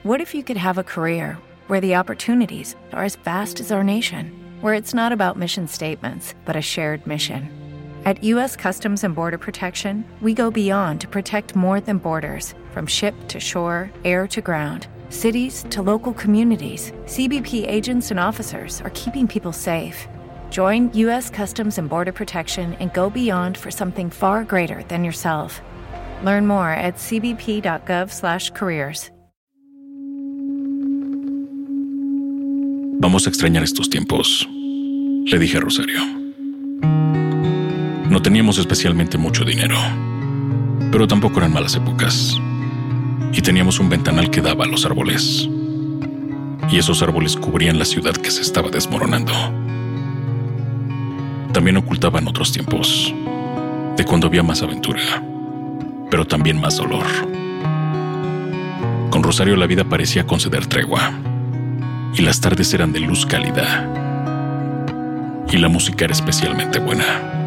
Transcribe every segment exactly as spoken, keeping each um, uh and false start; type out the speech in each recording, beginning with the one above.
What if you could have a career where the opportunities are as vast as our nation, where it's not about mission statements, but a shared mission? At U S Customs and Border Protection, we go beyond to protect more than borders. From ship to shore, air to ground, cities to local communities, C B P agents and officers are keeping people safe. Join U S Customs and Border Protection and go beyond for something far greater than yourself. Learn more at c b p dot gov slash careers. Vamos a extrañar estos tiempos, le dije a Rosario. No teníamos especialmente mucho dinero, pero tampoco eran malas épocas. Y teníamos un ventanal que daba a los árboles. Y esos árboles cubrían la ciudad que se estaba desmoronando. También ocultaban otros tiempos, de cuando había más aventura, pero también más dolor. Con Rosario la vida parecía conceder tregua, y las tardes eran de luz cálida, y la música era especialmente buena.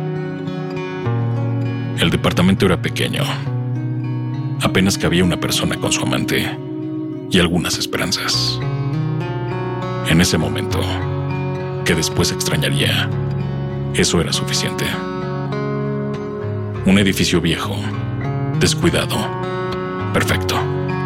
El departamento era pequeño. Apenas cabía una persona con su amante y algunas esperanzas. En ese momento, que después extrañaría, eso era suficiente. Un edificio viejo, descuidado, perfecto.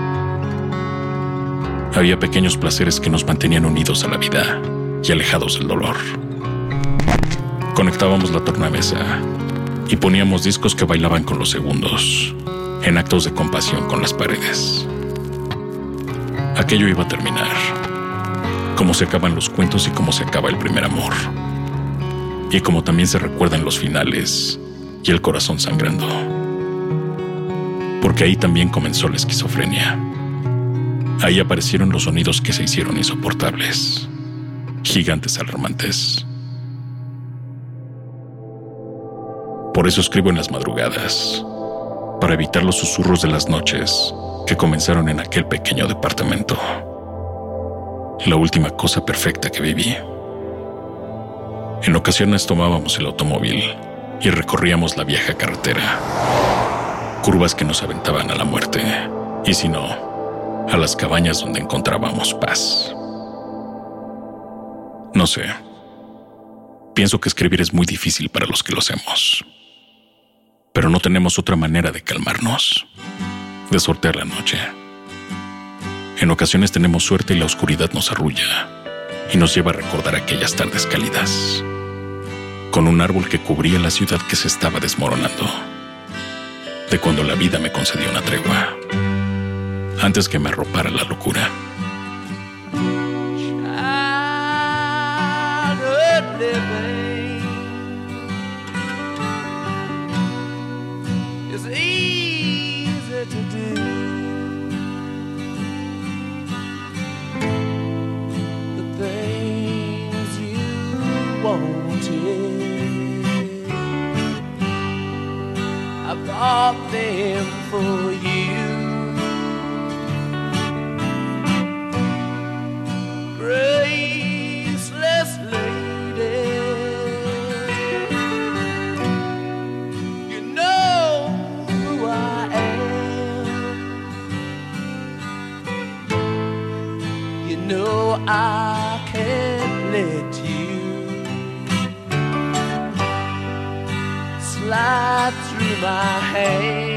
Había pequeños placeres que nos mantenían unidos a la vida y alejados del dolor. Conectábamos la tornamesa y poníamos discos que bailaban con los segundos, en actos de compasión con las paredes. Aquello iba a terminar, como se acaban los cuentos y como se acaba el primer amor. Y como también se recuerdan los finales y el corazón sangrando. Porque ahí también comenzó la esquizofrenia. Ahí aparecieron los sonidos que se hicieron insoportables, gigantes alarmantes. Por eso escribo en las madrugadas, para evitar los susurros de las noches que comenzaron en aquel pequeño departamento. La última cosa perfecta que viví. En ocasiones tomábamos el automóvil y recorríamos la vieja carretera. Curvas que nos aventaban a la muerte, y si no, a las cabañas donde encontrábamos paz. No sé. Pienso que escribir es muy difícil para los que lo hacemos. Pero no tenemos otra manera de calmarnos, de sortear la noche. En ocasiones tenemos suerte y la oscuridad nos arrulla y nos lleva a recordar aquellas tardes cálidas, con un árbol que cubría la ciudad que se estaba desmoronando, de cuando la vida me concedió una tregua, antes que me arropara la locura. I bought them for you. Graceless lady, you know who I am. You know I can't let you slide through my hands.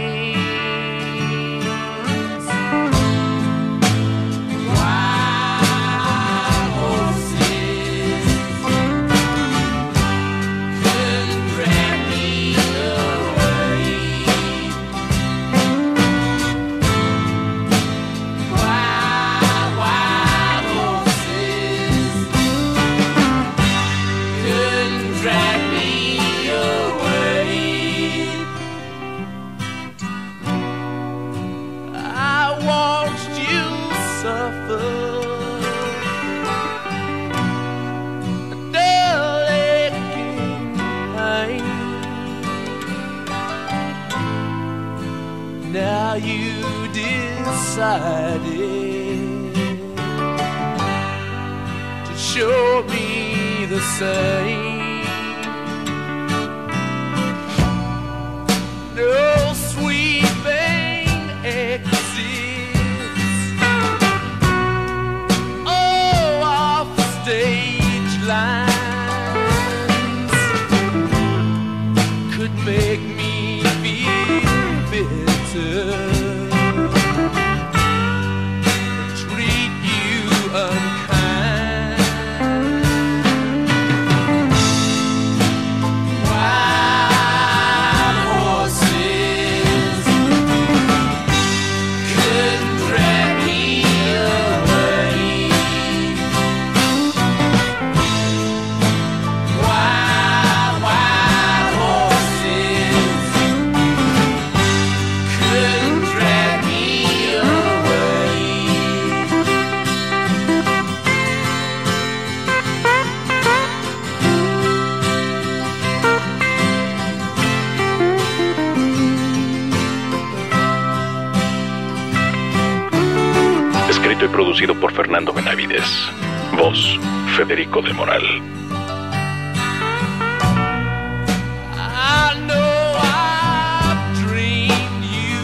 Wild horses couldn't drag me away. Wild, wild horses couldn't drag me away. Now you decided to show me the same. No sweeping exits make me feel bitter. Treat you unkind. Wild horses couldn't drag me away. Wild, wild horses couldn't drag me away. Escrito y producido por Fernando Benavides. Voz, Federico del Moral. I know I've dreamed you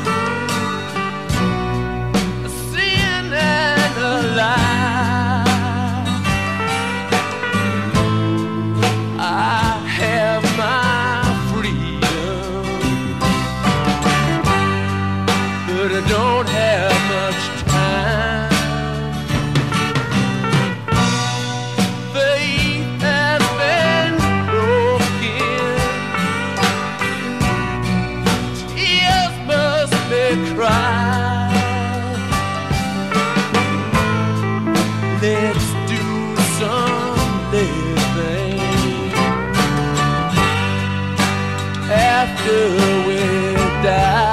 a sin and a lie. I have my freedom, but I don't have much time. Faith has been broken. Tears must be cried. Let's do some living after we die.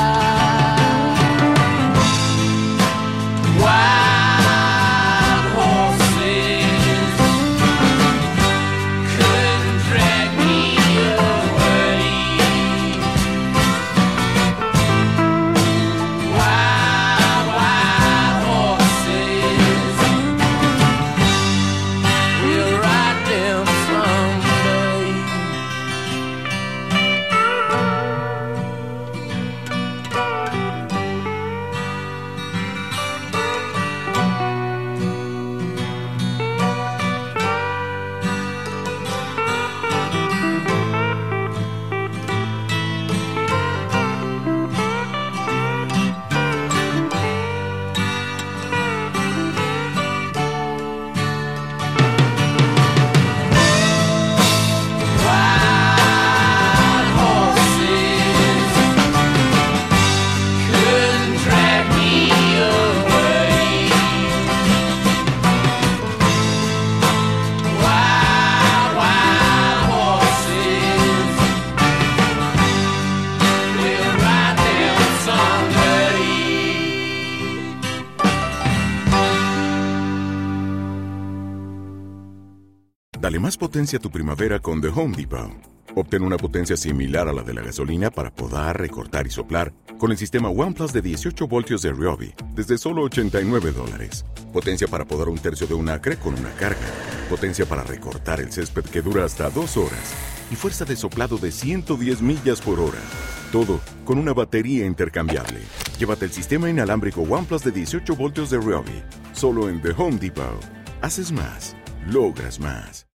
Wild horses couldn't drag me away. Wild, wild horses will ride them someday. Wild horses couldn't drag me away. Wild, wild horses will ride them someday. Dale más potencia a tu primavera con The Home Depot. Obtén una potencia similar a la de la gasolina para podar, recortar y soplar con el sistema OnePlus de dieciocho voltios de Ryobi desde solo ochenta y nueve dólares. Potencia para podar un tercio de un acre con una carga. Potencia para recortar el césped que dura hasta dos horas. Y fuerza de soplado de ciento diez millas por hora. Todo con una batería intercambiable. Llévate el sistema inalámbrico OnePlus de dieciocho voltios de Ryobi. Solo en The Home Depot. Haces más. Logras más.